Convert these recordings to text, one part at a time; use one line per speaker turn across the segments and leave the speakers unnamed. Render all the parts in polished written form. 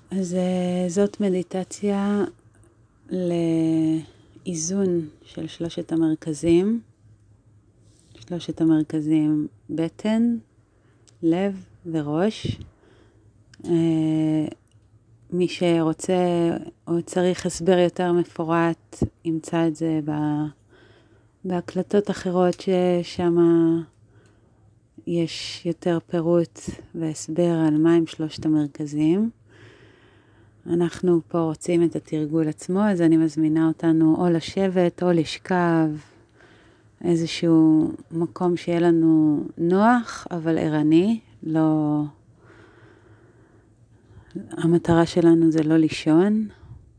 אז זאת מדיטציה לאיזון של שלושת המרכזים. שלושת המרכזים בטן, לב וראש. מי שרוצה או צריך הסבר יותר מפורט, ימצא את זה בהקלטות אחרות ששם יש יותר פירוט והסבר על מה הם שלושת המרכזים. אנחנו פה רוצים את התרגול עצמו, אז אני מזמינה אותנו או לשבת או לשכב, איזשהו מקום שיהיה לנו נוח, אבל ערני. לא... המטרה שלנו זה לא לישון.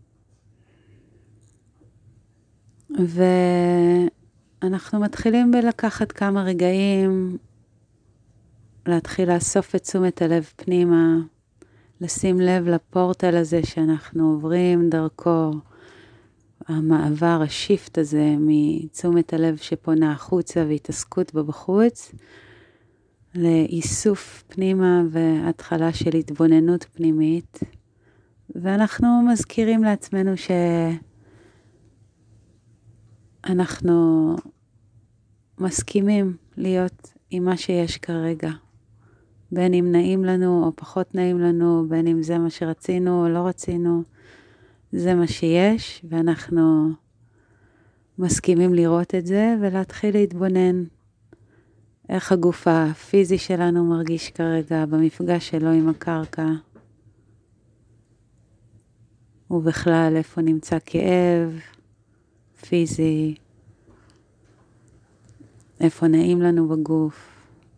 ואנחנו מתחילים בלקחת כמה רגעים, להתחיל לאסוף את תשומת הלב פנימה, לשים לב לפורטל הזה שאנחנו עוברים דרכו, המעבר, השיפט הזה מתשומת הלב שפונה החוצה והתעסקות בה בחוץ, לאיסוף פנימה והתחלה של התבוננות פנימית. ואנחנו מזכירים לעצמנו שאנחנו מסכימים להיות עם מה שיש כרגע. בין אם נעים לנו או פחות נעים לנו, בין אם זה מה שרצינו או לא רצינו, זה מה שיש, ואנחנו מסכימים לראות את זה ולהתחיל להתבונן איך הגוף הפיזי שלנו מרגיש כרגע במפגש שלו עם הקרקע, ובכלל איפה נמצא כאב פיזי, איפה נעים לנו בגוף.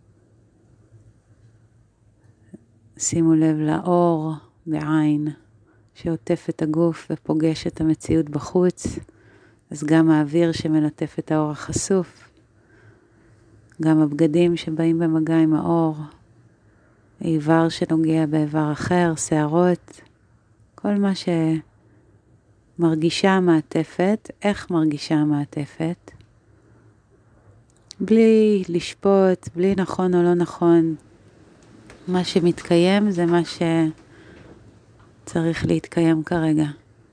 שימו לב לאור בעין שעוטף את הגוף ופוגש את המציאות בחוץ, אז גם האוויר שמלטף את האור החשוף, גם הבגדים שבאים במגע עם האור, איבר שנוגע באיבר אחר, שערות, כל מה שמרגישה המעטפת, איך מרגישה המעטפת, בלי לשפוט, בלי נכון או לא נכון. מה שמתקיים זה מה שצריך להתקיים כרגע.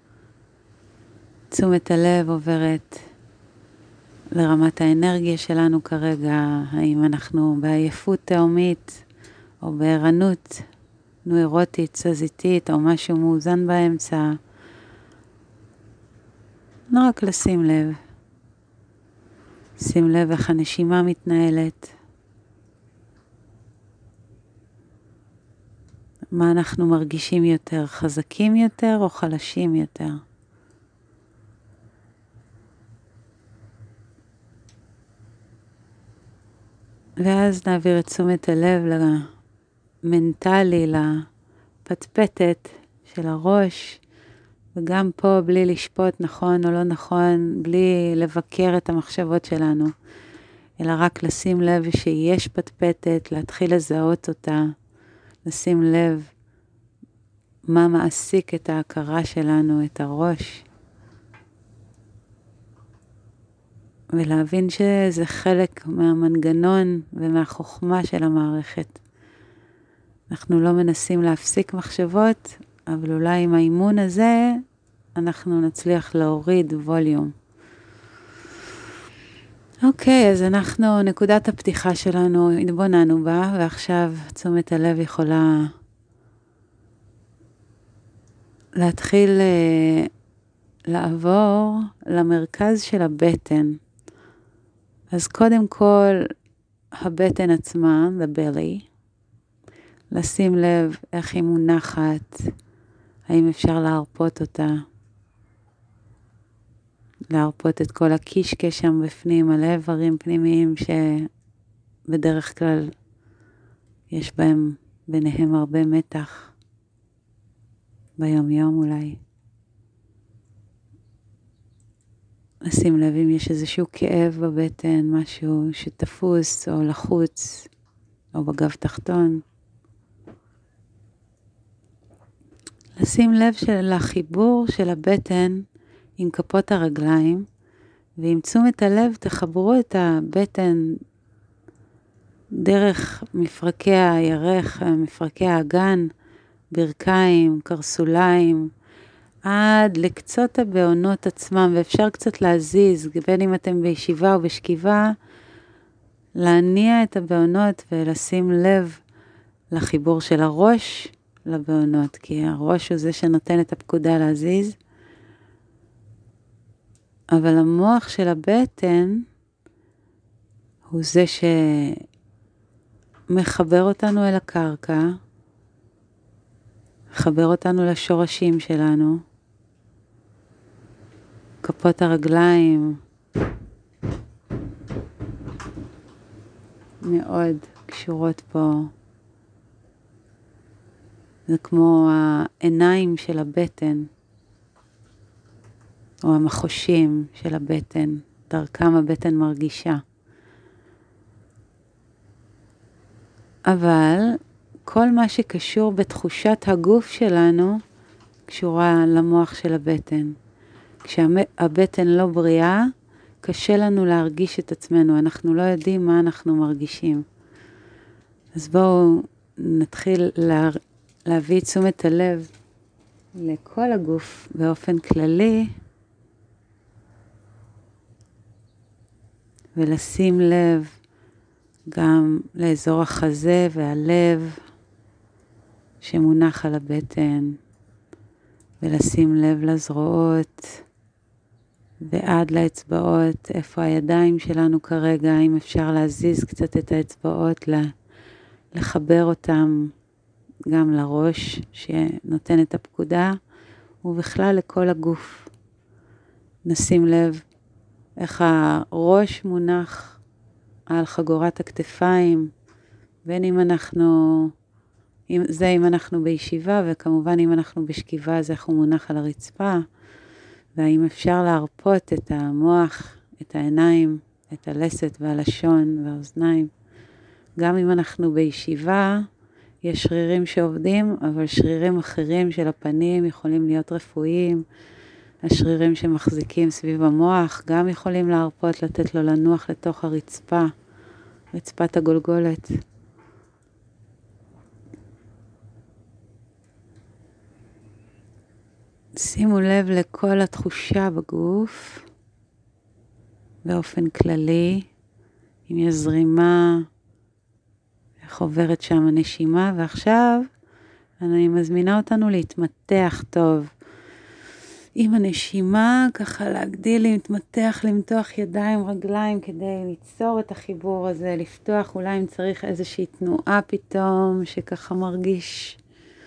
תשומת הלב עוברת לרמת האנרגיה שלנו כרגע, האם אנחנו בעייפות תאומית או בערנות נוירוטית, תזזיתית או משהו מאוזן באמצע. רק לשים לב. שים לב איך הנשימה מתנהלת. מה אנחנו מרגישים יותר, חזקים יותר או חלשים יותר? ואז נעביר את תשומת הלב למנטלי, לפטפטת של הראש, וגם פה בלי לשפוט נכון או לא נכון, בלי לבקר את המחשבות שלנו, אלא רק לשים לב שיש פטפטת, להתחיל לזהות אותה, לשים לב מה מעסיק את ההכרה שלנו, את הראש, ולהבין שזה חלק מהמנגנון ומהחוכמה של המערכת. אנחנו לא מנסים להפסיק מחשבות, אבל אולי עם האימון הזה אנחנו נצליח להוריד ווליום. אוקיי, אז נקודת הפתיחה שלנו, התבוננו בה, ועכשיו תשומת הלב יכולה להתחיל לעבור למרכז של הבטן. אז קודם כל, הבטן עצמה, the belly, לשים לב איך היא מונחת, האם אפשר להרפות אותה, להרפות את כל הקישקש שם בפנים, על איברים פנימיים שבדרך כלל יש בהם ביניהם הרבה מתח, ביום יום אולי. לשים לב אם יש איזשהו כאב בבטן, משהו שתפוס או לחוץ, או בגב תחתון. לשים לב לחיבור של הבטן עם כפות הרגליים, ועם תשומת הלב תחברו את הבטן דרך מפרקי הירך, מפרקי האגן, ברכיים, קרסוליים, עד לקצות הבעונות עצמם, ואפשר קצת להזיז, בין אם אתם בישיבה או בשכיבה, להניע את הבעונות ולשים לב לחיבור של הראש לבעונות, כי הראש הוא זה שנותן את הפקודה להזיז. אבל המוח של הבטן הוא זה שמחבר אותנו אל הקרקע, מחבר אותנו לשורשים שלנו, כפות הרגליים מאוד קשורות פה. זה כמו העיניים של הבטן, או המחושים של הבטן, דרכם הבטן מרגישה. אבל כל מה שקשור בתחושת הגוף שלנו, קשורה למוח של הבטן. כשהבטן לא בריאה, קשה לנו להרגיש את עצמנו, אנחנו לא יודעים מה אנחנו מרגישים. אז בואו נתחיל להביא תשומת הלב לכל הגוף באופן כללי, ולשים לב גם לאזור החזה והלב שמונח על הבטן, ולשים לב לזרועות ועד לאצבעות, איפה הידיים שלנו כרגע, אם אפשר להזיז קצת את האצבעות, לחבר אותם גם לראש שנותן את הפקודה, ובכלל לכל הגוף. נשים לב איך הראש מונח על חגורת הכתפיים, בין אם אנחנו בישיבה, וכמובן אם אנחנו בשכיבה, אז איך הוא מונח על הרצפה, והאם אפשר להרפות את המוח, את העיניים, את הלסת והלשון והאוזניים. גם אם אנחנו בישיבה, יש שרירים שעובדים, אבל שרירים אחרים של הפנים יכולים להיות רפואיים. השרירים שמחזיקים סביב המוח גם יכולים להרפות, לתת לו לנוח לתוך הרצפה, רצפת הגולגולת. שימו לב לכל התחושה בגוף, באופן כללי, אם יש זרימה, איך עוברת שם הנשימה, ועכשיו אני מזמינה אותנו להתמתח טוב. עם הנשימה, ככה להגדיל, להתמתח, למתוח ידיים, רגליים, כדי ליצור את החיבור הזה, לפתוח, אולי אם צריך איזושהי תנועה פתאום, שככה מרגיש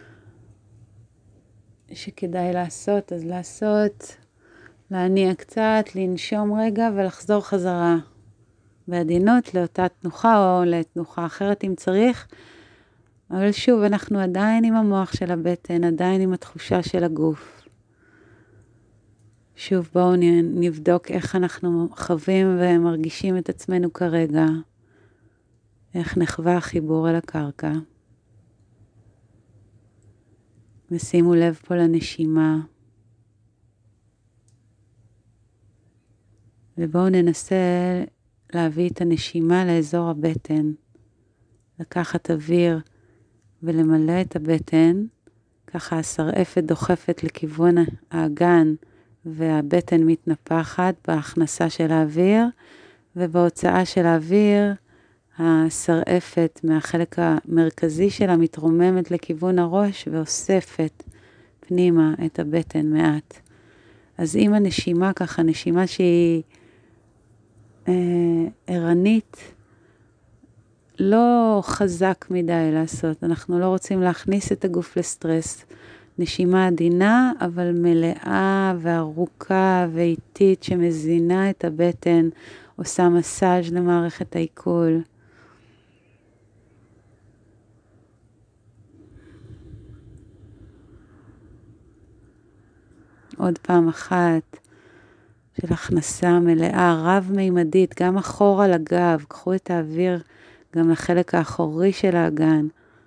שכדאי לעשות, אז לעשות, להניע קצת, לנשום רגע ולחזור חזרה בעדינות לאותה תנוחה או לתנוחה אחרת אם צריך. אבל שוב, אנחנו עדיין עם המוח של הבטן, עדיין עם התחושה של הגוף. שוב, בואו נבדוק איך אנחנו חווים ומרגישים את עצמנו כרגע. איך נחווה החיבור אל הקרקע. ושימו לב פה לנשימה. ובואו ננסה להביא את הנשימה לאזור הבטן. לקחת אוויר ולמלא את הבטן. ככה השרעפת דוחפת לכיוון האגן. והבטן מתנפחת בהכנסה של האוויר, ובהוצאה של האוויר, השרעפת מהחלק המרכזי שלה מתרוממת לכיוון הראש, ואוספת פנימה את הבטן מעט. אז עם הנשימה ככה, נשימה שהיא ערנית, לא חזק מדי לעשות, אנחנו לא רוצים להכניס את הגוף לסטרס, נשימה עדינה, אבל מלאה וארוכה ואיטית שמזינה את הבטן, עושה מסאז' למערכת העיכול. עוד פעם אחת של הכנסה מלאה, רב-מימדית, גם אחורה לגב, קחו את האוויר גם לחלק האחורי של האגן.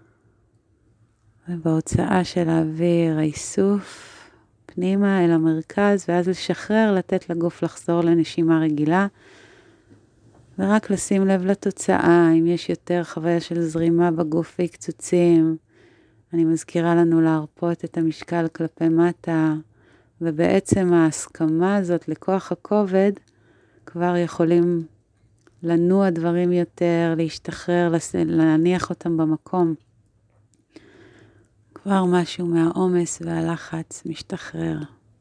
ובהוצאה של האוויר, האיסוף פנימה אל המרכז, ואז לשחרר, לתת לגוף לחזור לנשימה רגילה, ורק לשים לב לתוצאה, אם יש יותר חוויה של זרימה בגוף והקצוצים, אני מזכירה לנו להרפות את המשקל כלפי מטה, ובעצם ההסכמה הזאת לכוח הכובד, כבר יכולים לנוע דברים יותר, להשתחרר, להניח אותם במקום. כבר משהו מהעומס והלחץ משתחרר.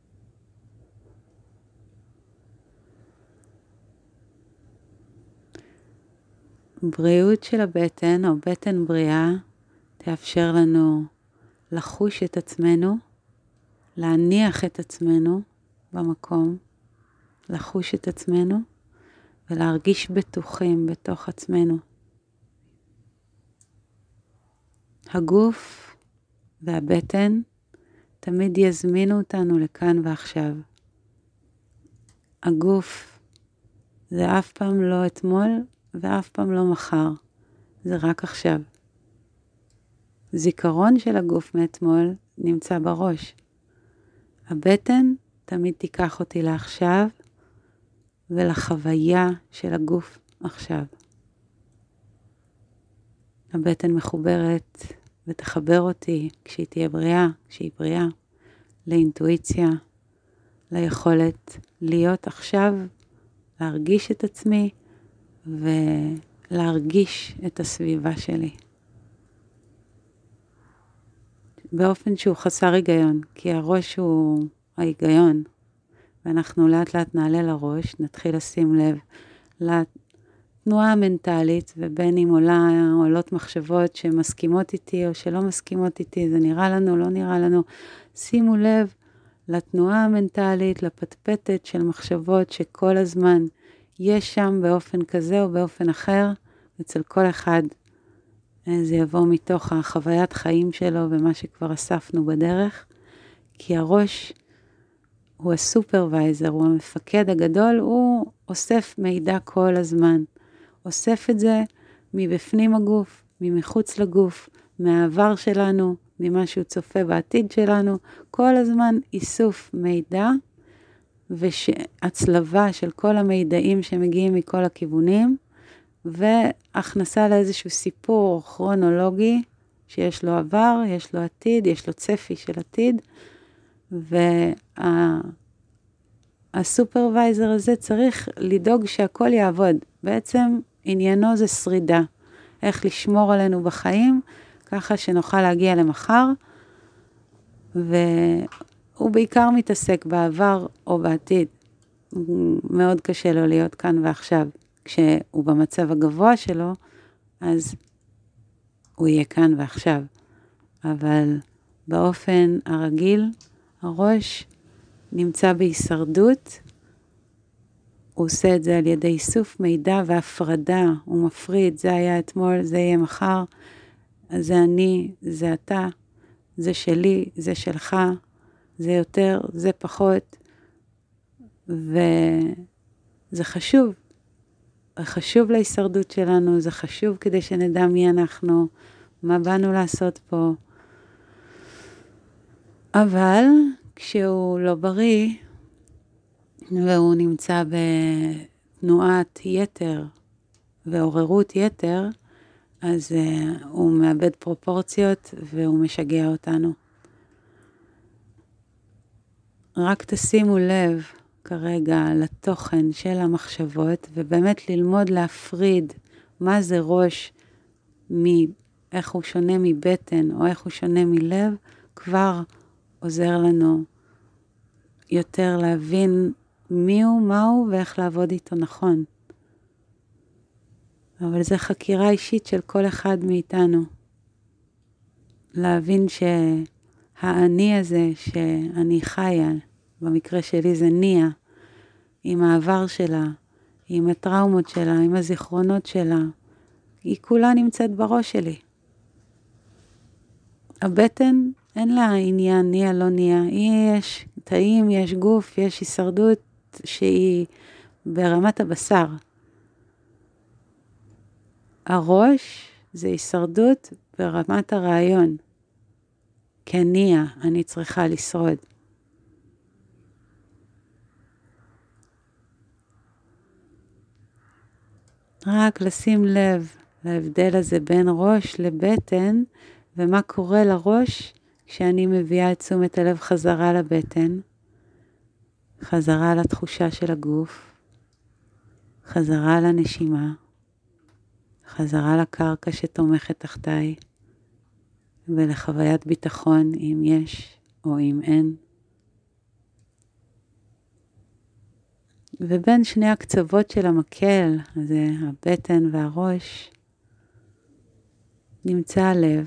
בריאות של הבטן או בטן בריאה תאפשר לנו לחוש את עצמנו, להניח את עצמנו במקום, לחוש את עצמנו ולהרגיש בטוחים בתוך עצמנו. הגוף והבטן תמיד יזמינו אותנו לכאן ועכשיו. הגוף זה אף פעם לא אתמול ואף פעם לא מחר, זה רק עכשיו. זיכרון של הגוף מאתמול נמצא בראש. הבטן תמיד תיקח אותי לעכשיו ולחוויה של הגוף עכשיו. הבטן מחוברת ותחבר אותי כשהיא תהיה בריאה, כשהיא בריאה, לאינטואיציה, ליכולת להיות עכשיו, להרגיש את עצמי ולהרגיש את הסביבה שלי. באופן שהוא חסר היגיון, כי הראש הוא ההיגיון, ואנחנו לאט לאט נעלה לראש, נתחיל לשים לב לתנועה המנטלית, ובין אם עולות מחשבות שמסכימות איתי או שלא מסכימות איתי, זה נראה לנו, לא נראה לנו, שימו לב לתנועה המנטלית, לפטפטת של מחשבות שכל הזמן יש שם באופן כזה או באופן אחר, אצל כל אחד זה יבוא מתוך החוויית חיים שלו ומה שכבר אספנו בדרך, כי הראש הוא הסופרוויזר, הוא המפקד הגדול, הוא אוסף מידע כל הזמן. אוסף את זה מבפנים הגוף, ממחוץ לגוף, מהעבר שלנו, ממה שהוא צופה בעתיד שלנו, כל הזמן איסוף מידע והצלבה של כל המידעים שמגיעים מכל הכיוונים, והכנסה לאיזשהו סיפור כרונולוגי שיש לו עבר, יש לו עתיד, יש לו צפי של עתיד, והסופרוויזר הזה צריך לדאוג שהכל יעבוד. בעצם עניינו זה שרידה, איך לשמור עלינו בחיים, ככה שנוכל להגיע למחר, והוא בעיקר מתעסק בעבר או בעתיד. מאוד קשה לו להיות כאן ועכשיו. כשהוא במצב הגבוה שלו, אז הוא יהיה כאן ועכשיו. אבל באופן הרגיל, הראש נמצא בהישרדות, הוא עושה את זה על ידי איסוף מידע והפרדה, הוא מפריד, זה היה אתמול, זה יהיה מחר, זה אני, זה אתה, זה שלי, זה שלך, זה יותר, זה פחות, וזה חשוב. חשוב להישרדות שלנו, זה חשוב כדי שנדע מי אנחנו, מה באנו לעשות פה. אבל כשהוא לא בריא, והוא נמצא בתנועת יתר ועוררות יתר, אז הוא מאבד פרופורציות והוא משגע אותנו. רק תשימו לב כרגע לתוכן של המחשבות, ובאמת ללמוד להפריד מה זה ראש, איך הוא שונה מבטן או איך הוא שונה מלב, כבר עוזר לנו יותר להבין מי הוא, מה הוא ואיך לעבוד איתו נכון. אבל זה חקירה אישית של כל אחד מאיתנו. להבין שהאני הזה שאני חיה, במקרה שלי זה ניה, עם העבר שלה, עם הטראומות שלה, עם הזיכרונות שלה, היא כולה נמצאת בראש שלי. הבטן אין לה עניין ניה לא ניה, יש תאים, יש גוף, יש הישרדות שהיא ברמת הבשר. הראש זה הישרדות ברמת הרעיון. כניה, אני צריכה לשרוד. רק לשים לב להבדל הזה בין ראש לבטן, ומה קורה לראש כשאני מביאה את תשומת הלב חזרה לבטן, חזרה לתחושה של הגוף, חזרה לנשימה, חזרה לקרקע שתומכת תחתיי, ולחוויית ביטחון אם יש או אם אין. ובין שני הקצוות של המקל, זה הבטן והראש, נמצא הלב.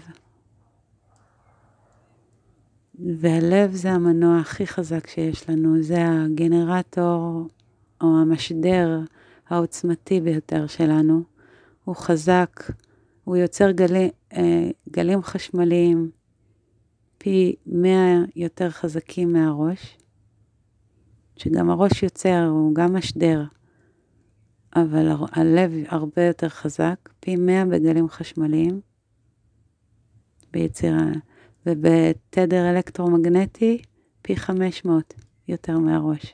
והלב זה המנוע הכי חזק שיש לנו, זה הגנרטור או המשדר העוצמתי ביותר שלנו. הוא חזק, הוא יוצר גלים חשמליים פי 100 יותר חזקים מהראש, שגם הראש יוצר, הוא גם משדר, אבל הלב הרבה יותר חזק, פי 100 בגלים חשמליים, ביצירה, ובתדר אלקטרומגנטי, פי 500 יותר מהראש.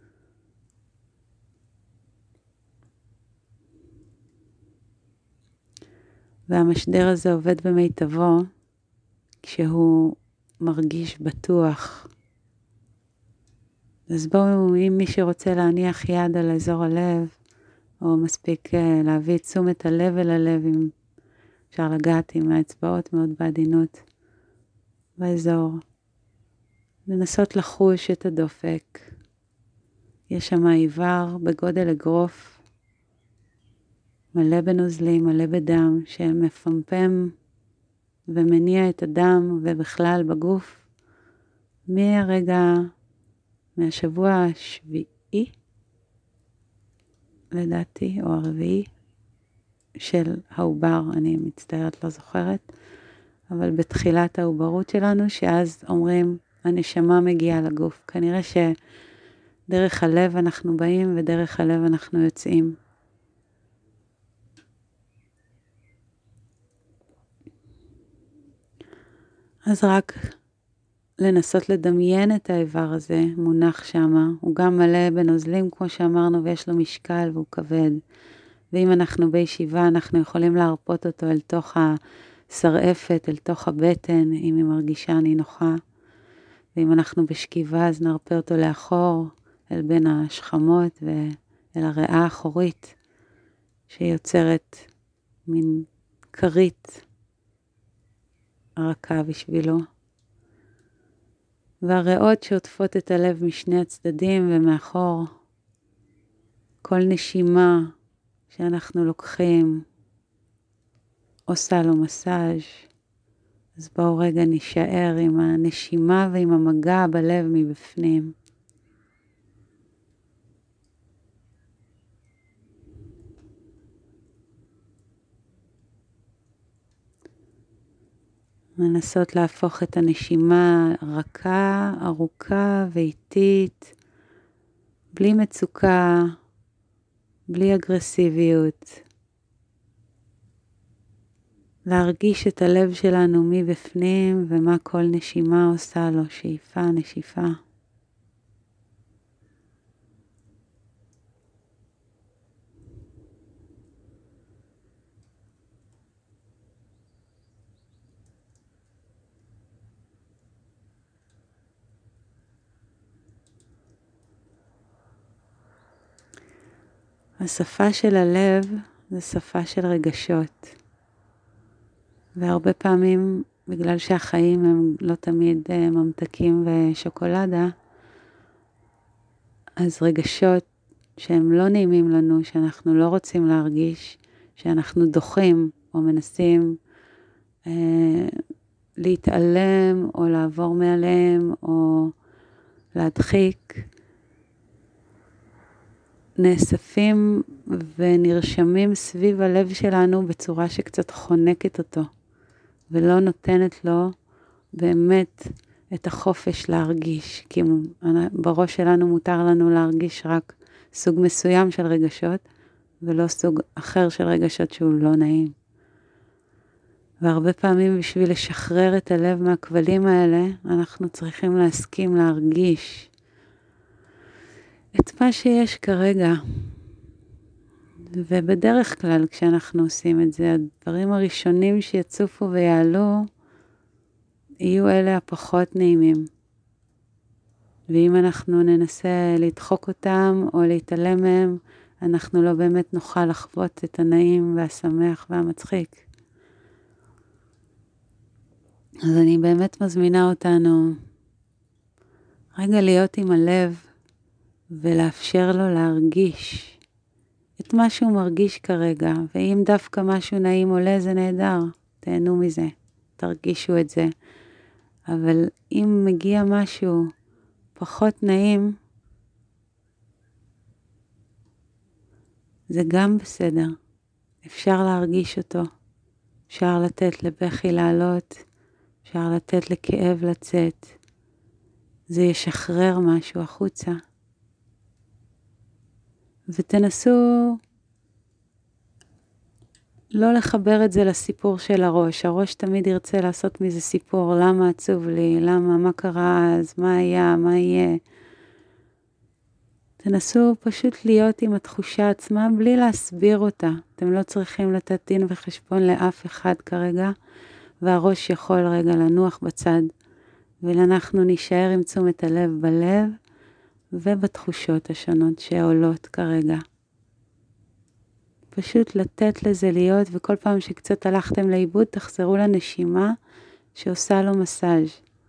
והמשדר הזה עובד במיטבו, כשהוא מרגיש בטוח. אז בואו, אם מי שרוצה להניח יד על אזור הלב, או מספיק להביא את תשומת הלב אל הלב, אם אפשר לגעת עם האצבעות מאוד בעדינות באזור. לנסות לחוש את הדופק. יש שם איבר בגודל אגרוף, מלא בנוזלים, מלא בדם, שמפמפם ומניע את הדם ובכלל בגוף מהשבוע השביעי, לדעתי, או הרביעי של העובר, אני מצטערת, לא זוכרת, אבל בתחילת העוברות שלנו, שאז אומרים, הנשמה מגיעה לגוף. כנראה שדרך הלב אנחנו באים ודרך הלב אנחנו יוצאים. אז רק לנסות לדמיין את האיבר הזה, מונח שמה, הוא גם מלא בנוזלים כמו שאמרנו, ויש לו משקל והוא כבד. ואם אנחנו בישיבה, אנחנו יכולים להרפות אותו אל תוך השרעפת, אל תוך הבטן, אם היא מרגישה נינוחה. ואם אנחנו בשכיבה, אז נרפה אותו לאחור, אל בין השכמות ואל הריאה האחורית, שיוצרת מין קרית רכה בשבילו. והריאות שעוטפות את הלב משני הצדדים ומאחור. כל נשימה שאנחנו לוקחים עושה לו מסאז'. אז בואו רגע נשאר עם הנשימה ועם המגע בלב מבפנים. לנסות להפוך את הנשימה רכה, ארוכה ואיטית, בלי מצוקה, בלי אגרסיביות. להרגיש את הלב שלנו מבפנים ומה כל נשימה עושה לו, שאיפה, נשיפה. השפה של הלב זה שפה של רגשות. והרבה פעמים, בגלל שהחיים הם לא תמיד ממתקים ושוקולדה, אז רגשות שהם לא נעימים לנו, שאנחנו לא רוצים להרגיש, שאנחנו דוחים או מנסים להתעלם או לעבור מעליהם או להדחיק, נאספים ונרשמים סביב הלב שלנו בצורה שקצת חונקת אותו, ולא נותנת לו באמת את החופש להרגיש, כי בראש שלנו מותר לנו להרגיש רק סוג מסוים של רגשות, ולא סוג אחר של רגשות שהוא לא נעים. והרבה פעמים בשביל לשחרר את הלב מהכבלים האלה, אנחנו צריכים להסכים להרגיש את מה שיש כרגע. ובדרך כלל כשאנחנו עושים את זה, הדברים הראשונים שיצופו ויעלו, יהיו אלה הפחות נעימים. ואם אנחנו ננסה לדחוק אותם או להתעלם מהם, אנחנו לא באמת נוכל לחוות את הנעים והשמח והמצחיק. אז אני באמת מזמינה אותנו רגע להיות עם הלב ולאפשר לו להרגיש את מה שהוא מרגיש כרגע. ואם דווקא משהו נעים עולה, זה נהדר. תהנו מזה, תרגישו את זה. אבל אם מגיע משהו פחות נעים, זה גם בסדר. אפשר להרגיש אותו. אפשר לתת לבכי לעלות. אפשר לתת לכאב לצאת. זה ישחרר משהו החוצה. ותנסו לא לחבר את זה לסיפור של הראש. הראש תמיד ירצה לעשות מזה סיפור. למה עצוב לי? למה? מה קרה אז? מה היה? מה יהיה? תנסו פשוט להיות עם התחושה עצמה בלי להסביר אותה. אתם לא צריכים לתת דין וחשבון לאף אחד כרגע, והראש יכול רגע לנוח בצד, ואנחנו נשאר עם תשומת הלב בלב ובתחושות השונות שעולות כרגע. פשוט לתת לזה להיות, וכל פעם שקצת הלכתם לאיבוד, תחזרו לנשימה שעושה לו מסאז'.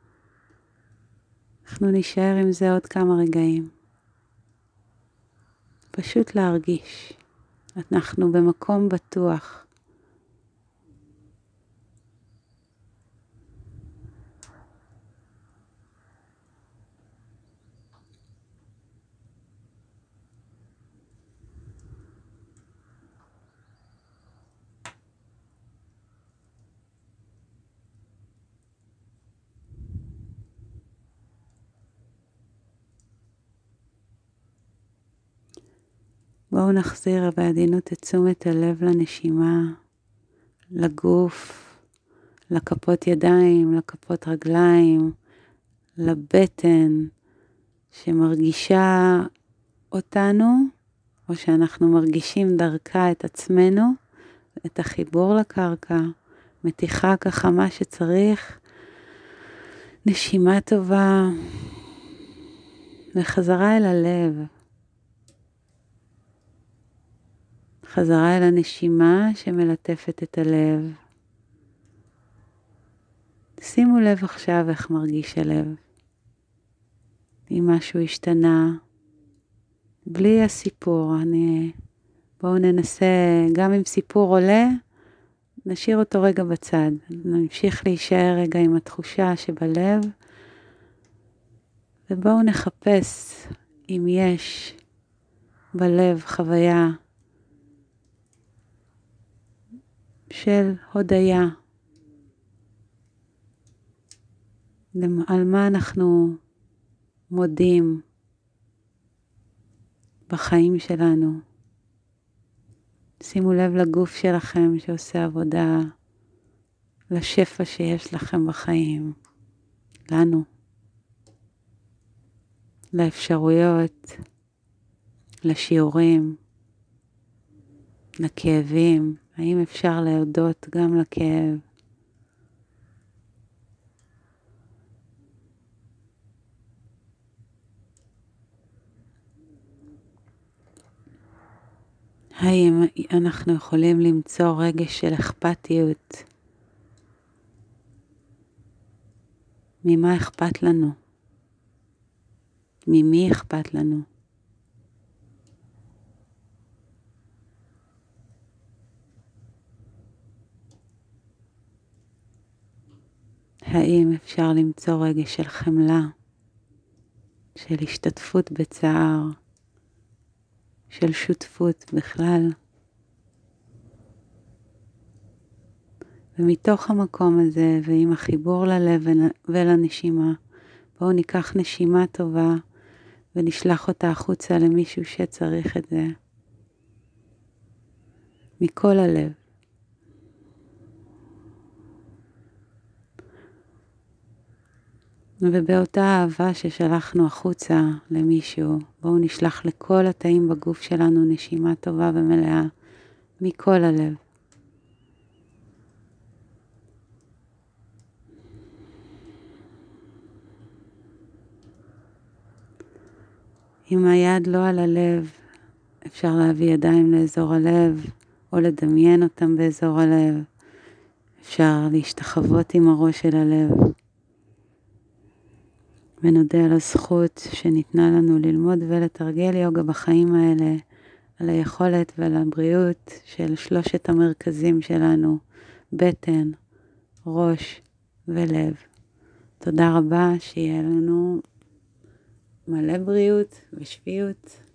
אנחנו נשאר עם זה עוד כמה רגעים. פשוט להרגיש. אנחנו במקום בטוח. בואו נחזיר בעדינות את תשומת הלב לנשימה, לגוף, לכפות ידיים, לכפות רגליים, לבטן שמרגישה אותנו, או שאנחנו מרגישים דרכה את עצמנו, את החיבור לקרקע, מתיחה ככה מה שצריך, נשימה טובה, וחזרה אל הלב. חזרה אל הנשימה שמלטפת את הלב. שימו לב עכשיו איך מרגיש הלב. אם משהו השתנה, בלי הסיפור, בואו ננסה, גם אם סיפור עולה, נשאיר אותו רגע בצד. נמשיך להישאר רגע עם התחושה שבלב, ובואו נחפש אם יש בלב חוויה של הודיה. על מה אנחנו מודים בחיים שלנו. שימו לב לגוף שלכם שעושה עבודה, לשפע שיש לכם בחיים, לנו, לאפשרויות, לשיעורים, לכאבים. האם אפשר להודות גם לכאב? האם אנחנו יכולים למצוא רגש של אכפתיות? ממה אכפת לנו? ממי אכפת לנו? האם אפשר למצוא רגש של חמלה, של השתתפות בצער, של שותפות בכלל? ומתוך המקום הזה ועם החיבור ללב ולנשימה, בואו ניקח נשימה טובה ונשלח אותה החוצה למישהו שצריך את זה. מכל הלב. ובאותה אהבה ששלחנו החוצה למישהו, בואו נשלח לכל התאים בגוף שלנו נשימה טובה ומלאה, מכל הלב. עם היד לא על הלב, אפשר להביא ידיים לאזור הלב, או לדמיין אותם באזור הלב. אפשר להשתחוות עם הראש של הלב. ונודה על הזכות שניתנה לנו ללמוד ולתרגל יוגה בחיים האלה, על היכולת ועל הבריאות של שלושת המרכזים שלנו, בטן, ראש ולב. תודה רבה, שיהיה לנו מלא בריאות ושפיות.